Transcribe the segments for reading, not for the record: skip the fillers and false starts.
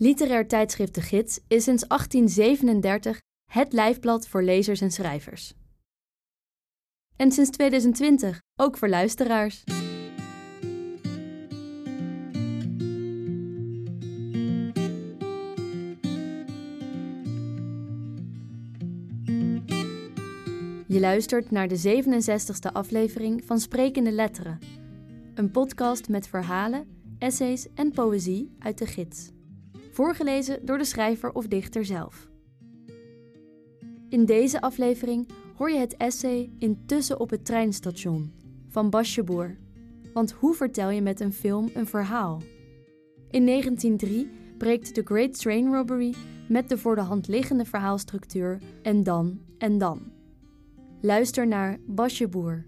Literair tijdschrift De Gids is sinds 1837 het lijfblad voor lezers en schrijvers. En sinds 2020 ook voor luisteraars. Je luistert naar de 67e aflevering van Sprekende Letteren. Een podcast met verhalen, essays en poëzie uit De Gids. Voorgelezen door de schrijver of dichter zelf. In deze aflevering hoor je het essay Intussen op het treinstation van Basje Boer. Want hoe vertel je met een film een verhaal? In 1903 breekt The Great Train Robbery met de voor de hand liggende verhaalstructuur en dan. Luister naar Basje Boer.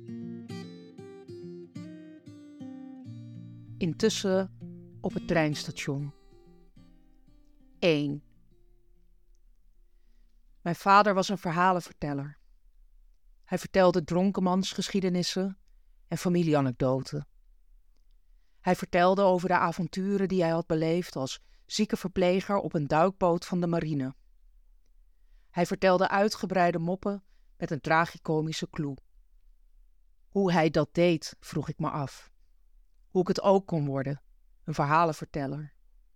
Intussen op het treinstation. 1. Mijn vader was een verhalenverteller. Hij vertelde dronkenmansgeschiedenissen en familieanekdoten. Hij vertelde over de avonturen die hij had beleefd als ziekenverpleger op een duikboot van de marine. Hij vertelde uitgebreide moppen met een tragicomische clue. Hoe hij dat deed, vroeg ik me af. Hoe ik het ook kon worden, een verhalenverteller.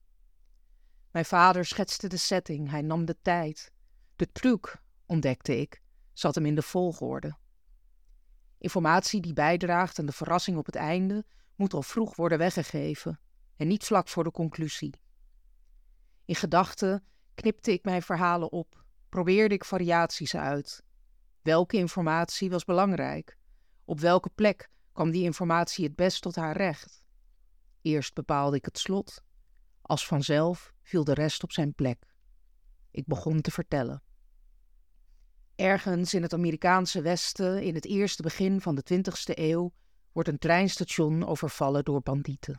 Mijn vader schetste de setting, hij nam de tijd. De truc, ontdekte ik, zat hem in de volgorde. Informatie die bijdraagt aan de verrassing op het einde moet al vroeg worden weggegeven en niet vlak voor de conclusie. In gedachten knipte ik mijn verhalen op, probeerde ik variaties uit. Welke informatie was belangrijk? Op welke plek kwam die informatie het best tot haar recht? Eerst bepaalde ik het slot. Als vanzelf viel de rest op zijn plek. Ik begon te vertellen. Ergens in het Amerikaanse Westen, in het eerste begin van de 20e eeuw, wordt een treinstation overvallen door bandieten.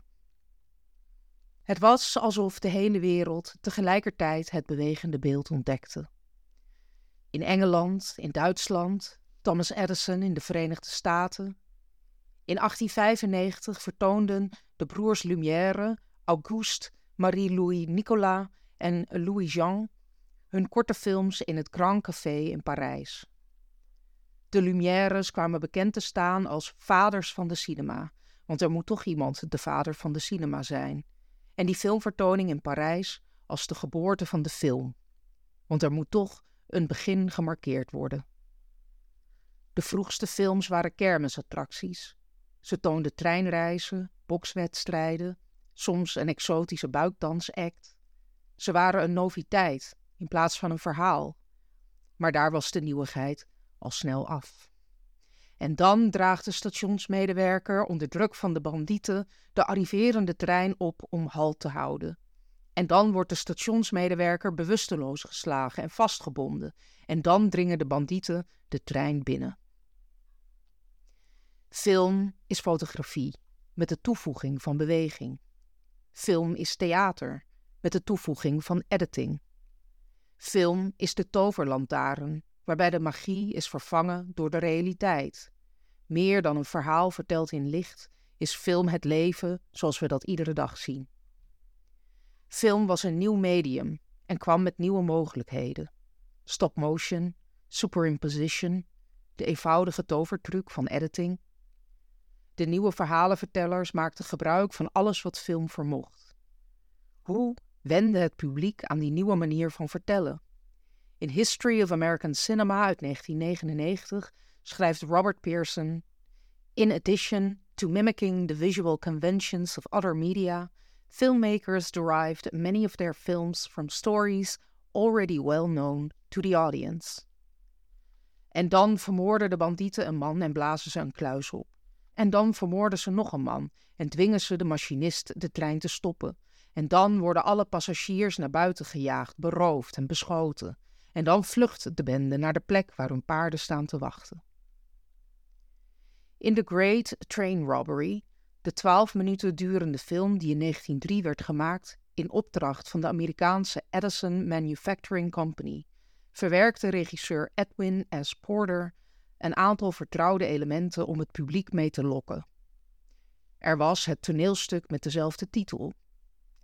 Het was alsof de hele wereld tegelijkertijd het bewegende beeld ontdekte. In Engeland, in Duitsland, Thomas Edison in de Verenigde Staten. In 1895 vertoonden de broers Lumière, Auguste, Marie-Louis Nicolas en Louis-Jean hun korte films in het Grand Café in Parijs. De Lumières kwamen bekend te staan als vaders van de cinema, want er moet toch iemand de vader van de cinema zijn. En die filmvertoning in Parijs als de geboorte van de film, want er moet toch een begin gemarkeerd worden. De vroegste films waren kermisattracties. Ze toonden treinreizen, bokswedstrijden, soms een exotische buikdansact. Ze waren een noviteit in plaats van een verhaal. Maar daar was de nieuwigheid al snel af. En dan draagt de stationsmedewerker onder druk van de bandieten de arriverende trein op om halt te houden. En dan wordt de stationsmedewerker bewusteloos geslagen en vastgebonden. En dan dringen de bandieten de trein binnen. Film is fotografie, met de toevoeging van beweging. Film is theater, met de toevoeging van editing. Film is de toverlantaarn, waarbij de magie is vervangen door de realiteit. Meer dan een verhaal verteld in licht, is film het leven zoals we dat iedere dag zien. Film was een nieuw medium en kwam met nieuwe mogelijkheden. Stop motion, superimposition, de eenvoudige tovertruc van editing. De nieuwe verhalenvertellers maakten gebruik van alles wat film vermocht. Hoe wende het publiek aan die nieuwe manier van vertellen? In History of American Cinema uit 1999 schrijft Robert Pearson: In addition to mimicking the visual conventions of other media, filmmakers derived many of their films from stories already well known to the audience. En dan vermoorden de bandieten een man en blazen ze een kluis op. En dan vermoorden ze nog een man en dwingen ze de machinist de trein te stoppen. En dan worden alle passagiers naar buiten gejaagd, beroofd en beschoten. En dan vlucht de bende naar de plek waar hun paarden staan te wachten. In The Great Train Robbery, de 12 minuten durende film die in 1903 werd gemaakt in opdracht van de Amerikaanse Edison Manufacturing Company, verwerkte regisseur Edwin S. Porter een aantal vertrouwde elementen om het publiek mee te lokken. Er was het toneelstuk met dezelfde titel.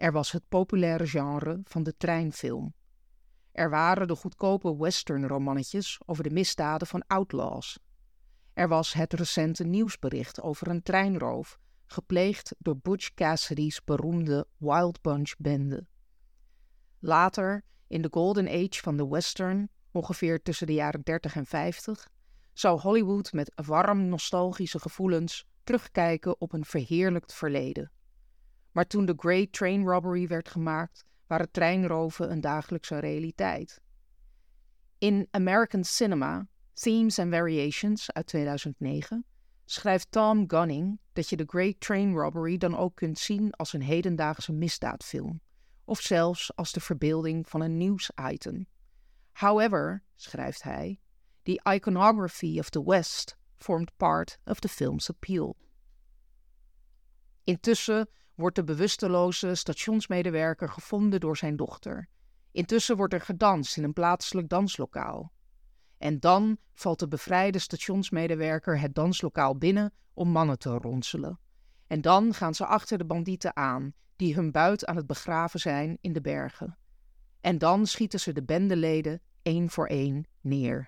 Er was het populaire genre van de treinfilm. Er waren de goedkope westernromannetjes over de misdaden van outlaws. Er was het recente nieuwsbericht over een treinroof, gepleegd door Butch Cassidy's beroemde Wild Bunch-bende. Later, in de golden age van de western, ongeveer tussen de jaren 30 en 50, zou Hollywood met warm nostalgische gevoelens terugkijken op een verheerlijkt verleden. Maar toen de Great Train Robbery werd gemaakt, waren treinroven een dagelijkse realiteit. In American Cinema, Themes and Variations uit 2009, schrijft Tom Gunning dat je de Great Train Robbery dan ook kunt zien als een hedendaagse misdaadfilm, of zelfs als de verbeelding van een nieuwsitem. However, schrijft hij, the iconography of the West formed part of the film's appeal. Intussen wordt de bewusteloze stationsmedewerker gevonden door zijn dochter. Intussen wordt er gedanst in een plaatselijk danslokaal. En dan valt de bevrijde stationsmedewerker het danslokaal binnen om mannen te ronselen. En dan gaan ze achter de bandieten aan, die hun buit aan het begraven zijn in de bergen. En dan schieten ze de bendeleden één voor één neer.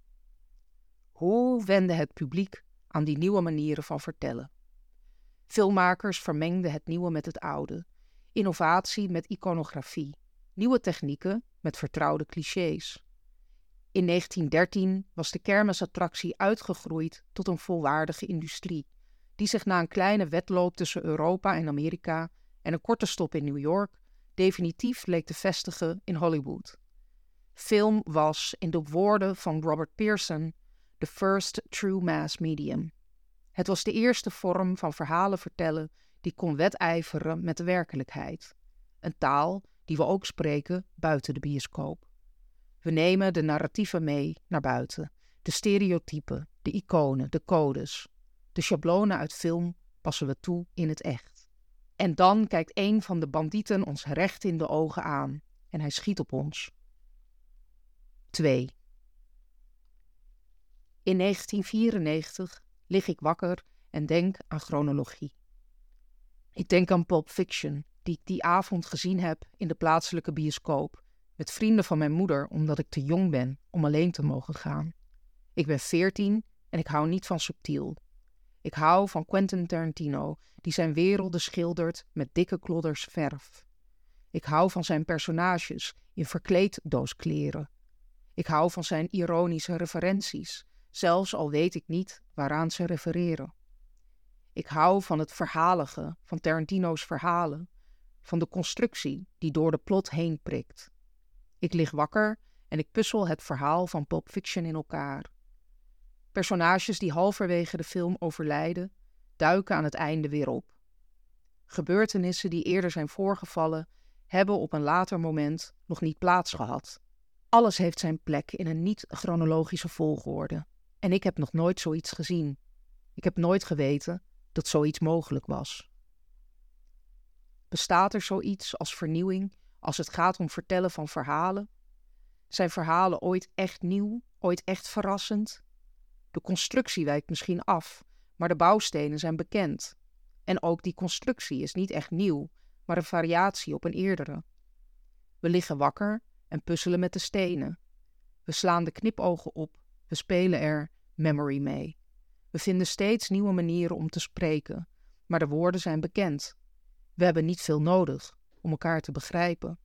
Hoe wende het publiek aan die nieuwe manieren van vertellen? Filmmakers vermengden het nieuwe met het oude, innovatie met iconografie, nieuwe technieken met vertrouwde clichés. In 1913 was de kermisattractie uitgegroeid tot een volwaardige industrie, die zich na een kleine wedloop tussen Europa en Amerika en een korte stop in New York definitief leek te vestigen in Hollywood. Film was, in de woorden van Robert Pearson, the first true mass medium. Het was de eerste vorm van verhalen vertellen die kon wedijveren met de werkelijkheid. Een taal die we ook spreken buiten de bioscoop. We nemen de narratieven mee naar buiten. De stereotypen, de iconen, de codes. De schablonen uit film passen we toe in het echt. En dan kijkt een van de bandieten ons recht in de ogen aan en hij schiet op ons. 2. In 1994 lig ik wakker en denk aan chronologie. Ik denk aan Pulp Fiction, die ik die avond gezien heb in de plaatselijke bioscoop, met vrienden van mijn moeder, omdat ik te jong ben om alleen te mogen gaan. Ik ben 14 en ik hou niet van subtiel. Ik hou van Quentin Tarantino, die zijn werelden schildert met dikke klodders verf. Ik hou van zijn personages in verkleeddooskleren. Ik hou van zijn ironische referenties, zelfs al weet ik niet waaraan ze refereren. Ik hou van het verhalige van Tarantino's verhalen, van de constructie die door de plot heen prikt. Ik lig wakker en ik puzzel het verhaal van Pulp Fiction in elkaar. Personages die halverwege de film overlijden, duiken aan het einde weer op. Gebeurtenissen die eerder zijn voorgevallen, hebben op een later moment nog niet plaatsgehad. Alles heeft zijn plek in een niet-chronologische volgorde. En ik heb nog nooit zoiets gezien. Ik heb nooit geweten dat zoiets mogelijk was. Bestaat er zoiets als vernieuwing als het gaat om vertellen van verhalen? Zijn verhalen ooit echt nieuw, ooit echt verrassend? De constructie wijkt misschien af, maar de bouwstenen zijn bekend. En ook die constructie is niet echt nieuw, maar een variatie op een eerdere. We liggen wakker en puzzelen met de stenen. We slaan de knipogen op, we spelen er memory mee. We vinden steeds nieuwe manieren om te spreken, maar de woorden zijn bekend. We hebben niet veel nodig om elkaar te begrijpen.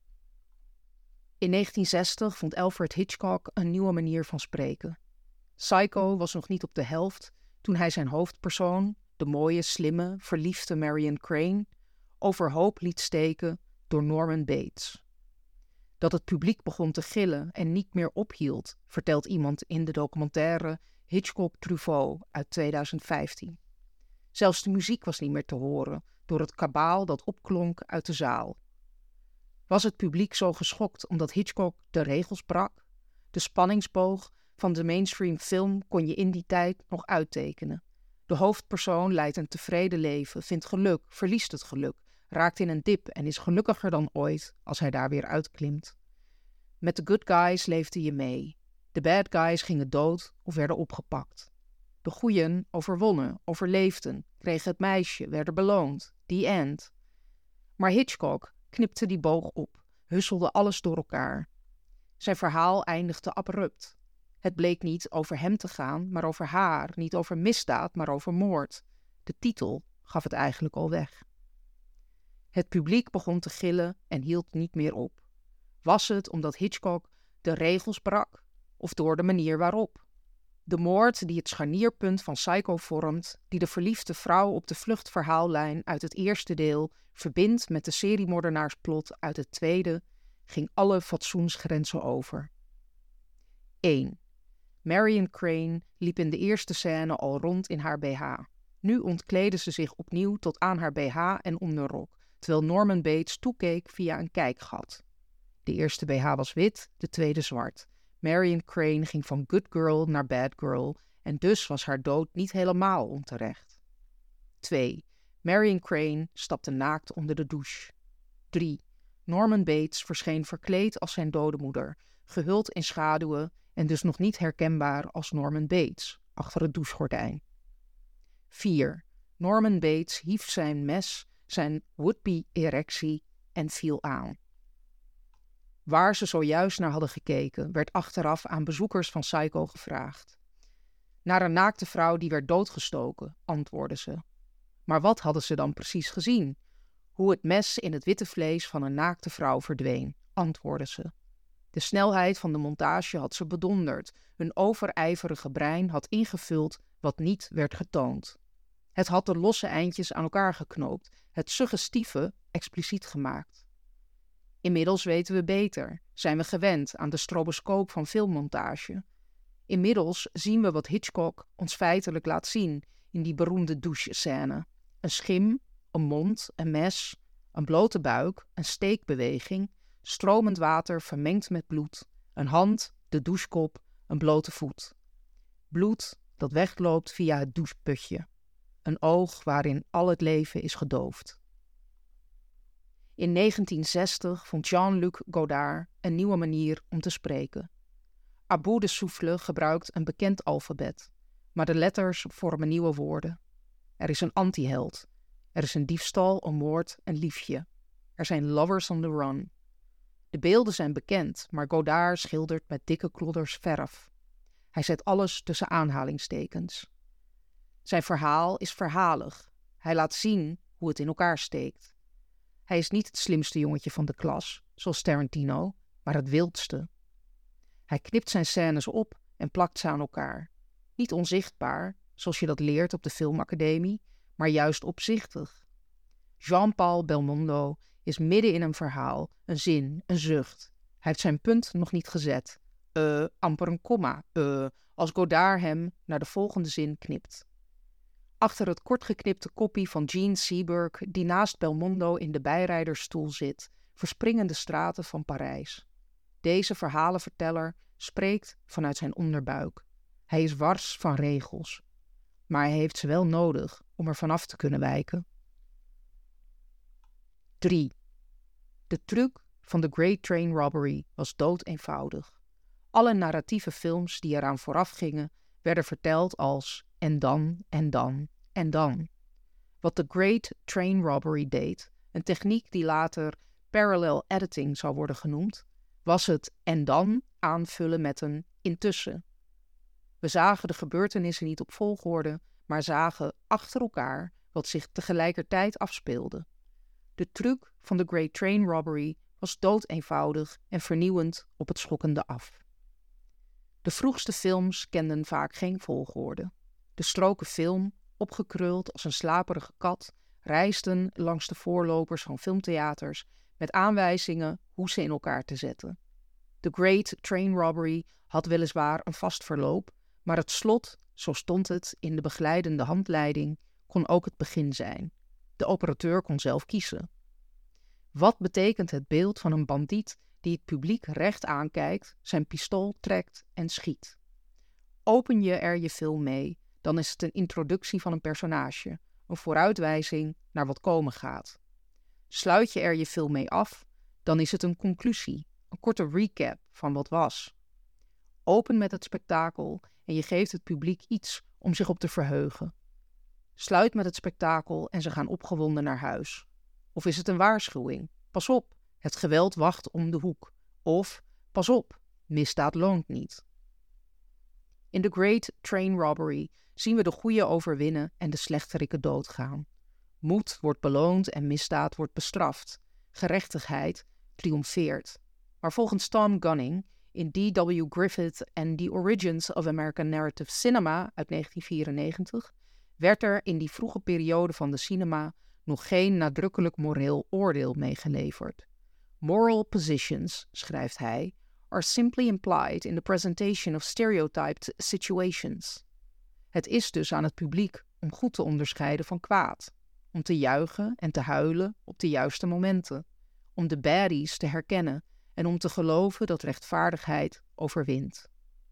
In 1960 vond Alfred Hitchcock een nieuwe manier van spreken. Psycho was nog niet op de helft toen hij zijn hoofdpersoon, de mooie, slimme, verliefde Marion Crane, overhoop liet steken door Norman Bates. Dat het publiek begon te gillen en niet meer ophield, vertelt iemand in de documentaire Hitchcock Truffaut uit 2015. Zelfs de muziek was niet meer te horen door het kabaal dat opklonk uit de zaal. Was het publiek zo geschokt omdat Hitchcock de regels brak? De spanningsboog van de mainstream film kon je in die tijd nog uittekenen. De hoofdpersoon leidt een tevreden leven, vindt geluk, verliest het geluk, raakt in een dip en is gelukkiger dan ooit als hij daar weer uitklimt. Met de good guys leefde je mee. De bad guys gingen dood of werden opgepakt. De goeien overwonnen, overleefden, kregen het meisje, werden beloond. The end. Maar Hitchcock knipte die boog op, husselde alles door elkaar. Zijn verhaal eindigde abrupt. Het bleek niet over hem te gaan, maar over haar, niet over misdaad, maar over moord. De titel gaf het eigenlijk al weg. Het publiek begon te gillen en hield niet meer op. Was het omdat Hitchcock de regels brak, of door de manier waarop? De moord die het scharnierpunt van Psycho vormt, die de verliefde vrouw op de vluchtverhaallijn uit het eerste deel verbindt met de seriemoordenaarsplot uit het tweede, ging alle fatsoensgrenzen over. 1. Marion Crane liep in de eerste scène al rond in haar BH. Nu ontkleedde ze zich opnieuw tot aan haar BH en onderrok, terwijl Norman Bates toekeek via een kijkgat. De eerste BH was wit, de tweede zwart. Marion Crane ging van good girl naar bad girl en dus was haar dood niet helemaal onterecht. 2. Marion Crane stapte naakt onder de douche. 3. Norman Bates verscheen verkleed als zijn dode moeder, gehuld in schaduwen en dus nog niet herkenbaar als Norman Bates, achter het douchegordijn. 4. Norman Bates hief zijn mes, zijn would-be erectie en viel aan. Waar ze zojuist naar hadden gekeken, werd achteraf aan bezoekers van Psycho gevraagd. Naar een naakte vrouw die werd doodgestoken, antwoordden ze. Maar wat hadden ze dan precies gezien? Hoe het mes in het witte vlees van een naakte vrouw verdween, antwoordden ze. De snelheid van de montage had ze bedonderd. Hun overijverige brein had ingevuld wat niet werd getoond. Het had de losse eindjes aan elkaar geknoopt, het suggestieve expliciet gemaakt. Inmiddels weten we beter, zijn we gewend aan de stroboscoop van filmmontage. Inmiddels zien we wat Hitchcock ons feitelijk laat zien in die beroemde douchescène. Een schim, een mond, een mes, een blote buik, een steekbeweging, stromend water vermengd met bloed, een hand, de douchekop, een blote voet. Bloed dat wegloopt via het doucheputje. Een oog waarin al het leven is gedoofd. In 1960 vond Jean-Luc Godard een nieuwe manier om te spreken. Abu de Souffle gebruikt een bekend alfabet, maar de letters vormen nieuwe woorden. Er is een antiheld. Er is een diefstal, een moord, een liefje. Er zijn lovers on the run. De beelden zijn bekend, maar Godard schildert met dikke klodders verf. Hij zet alles tussen aanhalingstekens. Zijn verhaal is verhalig. Hij laat zien hoe het in elkaar steekt. Hij is niet het slimste jongetje van de klas, zoals Tarantino, maar het wildste. Hij knipt zijn scènes op en plakt ze aan elkaar. Niet onzichtbaar, zoals je dat leert op de filmacademie, maar juist opzichtig. Jean-Paul Belmondo is midden in een verhaal, een zin, een zucht. Hij heeft zijn punt nog niet gezet. Amper een komma, als Godard hem naar de volgende zin knipt. Achter het kortgeknipte koppie van Gene Seberg, die naast Belmondo in de bijrijdersstoel zit, verspringen de straten van Parijs. Deze verhalenverteller spreekt vanuit zijn onderbuik. Hij is wars van regels, maar hij heeft ze wel nodig om er vanaf te kunnen wijken. 3. De truc van The Great Train Robbery was doodeenvoudig. Alle narratieve films die eraan vooraf gingen, werden verteld als en dan, en dan, en dan. Wat The Great Train Robbery deed, een techniek die later parallel editing zou worden genoemd, was het en dan aanvullen met een intussen. We zagen de gebeurtenissen niet op volgorde, maar zagen achter elkaar wat zich tegelijkertijd afspeelde. De truc van The Great Train Robbery was doodeenvoudig en vernieuwend op het schokkende af. De vroegste films kenden vaak geen volgorde. De stroken film, opgekruld als een slaperige kat, reisden langs de voorlopers van filmtheaters met aanwijzingen hoe ze in elkaar te zetten. The Great Train Robbery had weliswaar een vast verloop, maar het slot, zo stond het in de begeleidende handleiding, kon ook het begin zijn. De operateur kon zelf kiezen. Wat betekent het beeld van een bandiet die het publiek recht aankijkt, zijn pistool trekt en schiet? Open je er je film mee, dan is het een introductie van een personage, een vooruitwijzing naar wat komen gaat. Sluit je er je film mee af, dan is het een conclusie, een korte recap van wat was. Open met het spektakel en je geeft het publiek iets om zich op te verheugen. Sluit met het spektakel en ze gaan opgewonden naar huis. Of is het een waarschuwing? Pas op, het geweld wacht om de hoek. Of, pas op, misdaad loont niet. In The Great Train Robbery zien we de goeie overwinnen en de slechterikken doodgaan. Moed wordt beloond en misdaad wordt bestraft. Gerechtigheid triomfeert. Maar volgens Tom Gunning in D.W. Griffith and The Origins of American Narrative Cinema uit 1994 werd er in die vroege periode van de cinema nog geen nadrukkelijk moreel oordeel meegeleverd. Moral positions, schrijft hij, are simply implied in the presentation of stereotyped situations. Het is dus aan het publiek om goed te onderscheiden van kwaad, om te juichen en te huilen op de juiste momenten, om de baddies te herkennen en om te geloven dat rechtvaardigheid overwint.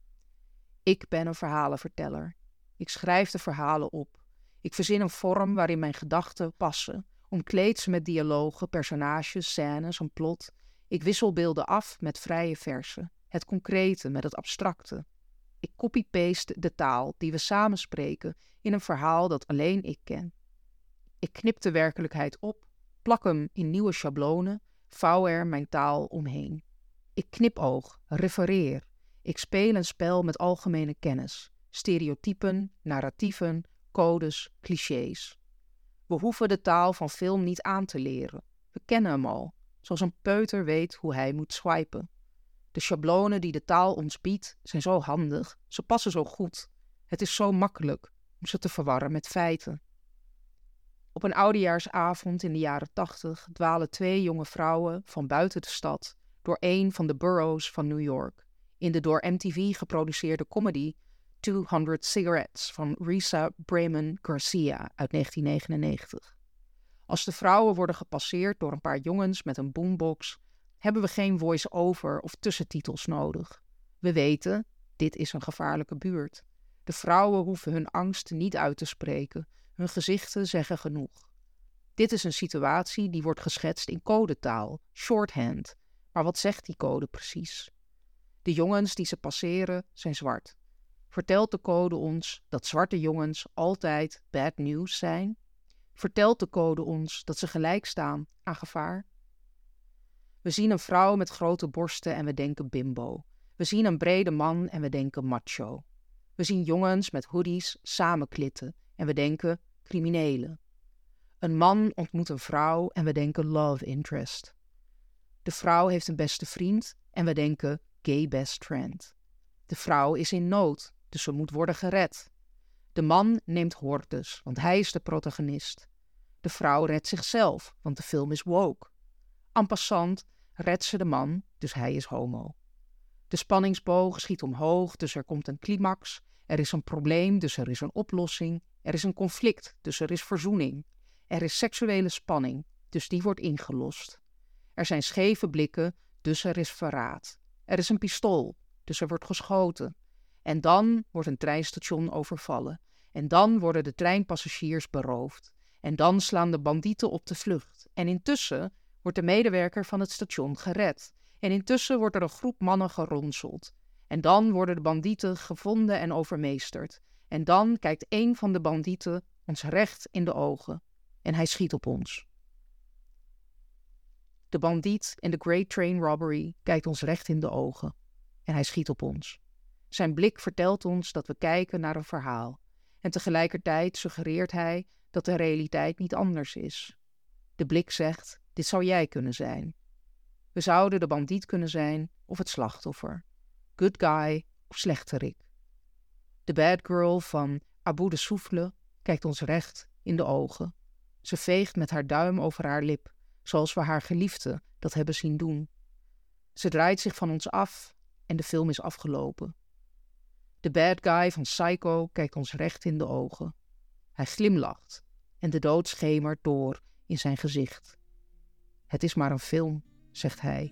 Ik ben een verhalenverteller. Ik schrijf de verhalen op. Ik verzin een vorm waarin mijn gedachten passen, omkleed ze met dialogen, personages, scènes, een plot. Ik wissel beelden af met vrije verzen, het concrete met het abstracte. Ik copy-paste de taal die we samen spreken in een verhaal dat alleen ik ken. Ik knip de werkelijkheid op, plak hem in nieuwe schablonen, vouw er mijn taal omheen. Ik knipoog, refereer. Ik speel een spel met algemene kennis, stereotypen, narratieven, codes, clichés. We hoeven de taal van film niet aan te leren. We kennen hem al, zoals een peuter weet hoe hij moet swipen. De schablonen die de taal ons biedt zijn zo handig, ze passen zo goed. Het is zo makkelijk om ze te verwarren met feiten. Op een oudejaarsavond in de jaren 80 dwalen 2 jonge vrouwen van buiten de stad door een van de boroughs van New York in de door MTV geproduceerde comedy 200 Cigarettes van Risa Bremen Garcia uit 1999. Als de vrouwen worden gepasseerd door een paar jongens met een boombox, hebben we geen voice-over of tussentitels nodig. We weten, dit is een gevaarlijke buurt. De vrouwen hoeven hun angst niet uit te spreken. Hun gezichten zeggen genoeg. Dit is een situatie die wordt geschetst in codetaal, shorthand. Maar wat zegt die code precies? De jongens die ze passeren zijn zwart. Vertelt de code ons dat zwarte jongens altijd bad news zijn? Vertelt de code ons dat ze gelijk staan aan gevaar? We zien een vrouw met grote borsten en we denken bimbo. We zien een brede man en we denken macho. We zien jongens met hoodies samenklitten en we denken criminelen. Een man ontmoet een vrouw en we denken love interest. De vrouw heeft een beste vriend en we denken gay best friend. De vrouw is in nood, dus ze moet worden gered. De man neemt hortus, want hij is de protagonist. De vrouw redt zichzelf, want de film is woke. En passant redt ze de man, dus hij is homo. De spanningsboog schiet omhoog, dus er komt een climax. Er is een probleem, dus er is een oplossing. Er is een conflict, dus er is verzoening. Er is seksuele spanning, dus die wordt ingelost. Er zijn scheve blikken, dus er is verraad. Er is een pistool, dus er wordt geschoten. En dan wordt een treinstation overvallen. En dan worden de treinpassagiers beroofd. En dan slaan de bandieten op de vlucht. En intussen wordt de medewerker van het station gered. En intussen wordt er een groep mannen geronseld. En dan worden de bandieten gevonden en overmeesterd. En dan kijkt een van de bandieten ons recht in de ogen. En hij schiet op ons. De bandiet in The Great Train Robbery kijkt ons recht in de ogen. En hij schiet op ons. Zijn blik vertelt ons dat we kijken naar een verhaal. En tegelijkertijd suggereert hij dat de realiteit niet anders is. De blik zegt, dit zou jij kunnen zijn. We zouden de bandiet kunnen zijn of het slachtoffer. Good guy of slechterik. De bad girl van Abu de Souffle kijkt ons recht in de ogen. Ze veegt met haar duim over haar lip, zoals we haar geliefde dat hebben zien doen. Ze draait zich van ons af en de film is afgelopen. De bad guy van Psycho kijkt ons recht in de ogen. Hij glimlacht en de dood schemert door in zijn gezicht. Het is maar een film, zegt hij.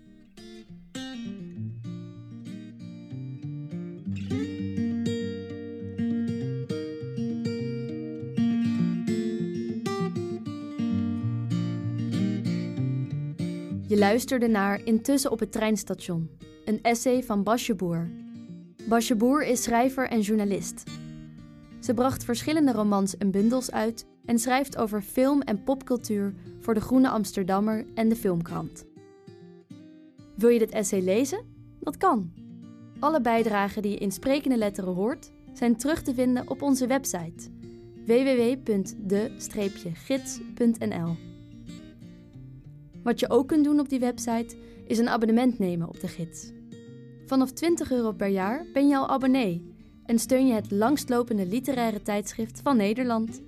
Je luisterde naar Intussen op het treinstation, een essay van Basje Boer. Basje Boer is schrijver en journalist. Ze bracht verschillende romans en bundels uit en schrijft over film- en popcultuur voor de Groene Amsterdammer en de Filmkrant. Wil je dit essay lezen? Dat kan. Alle bijdragen die je in Sprekende Letteren hoort, zijn terug te vinden op onze website www.de-gids.nl. Wat je ook kunt doen op die website is een abonnement nemen op de gids. Vanaf €20 per jaar ben je al abonnee en steun je het langstlopende literaire tijdschrift van Nederland.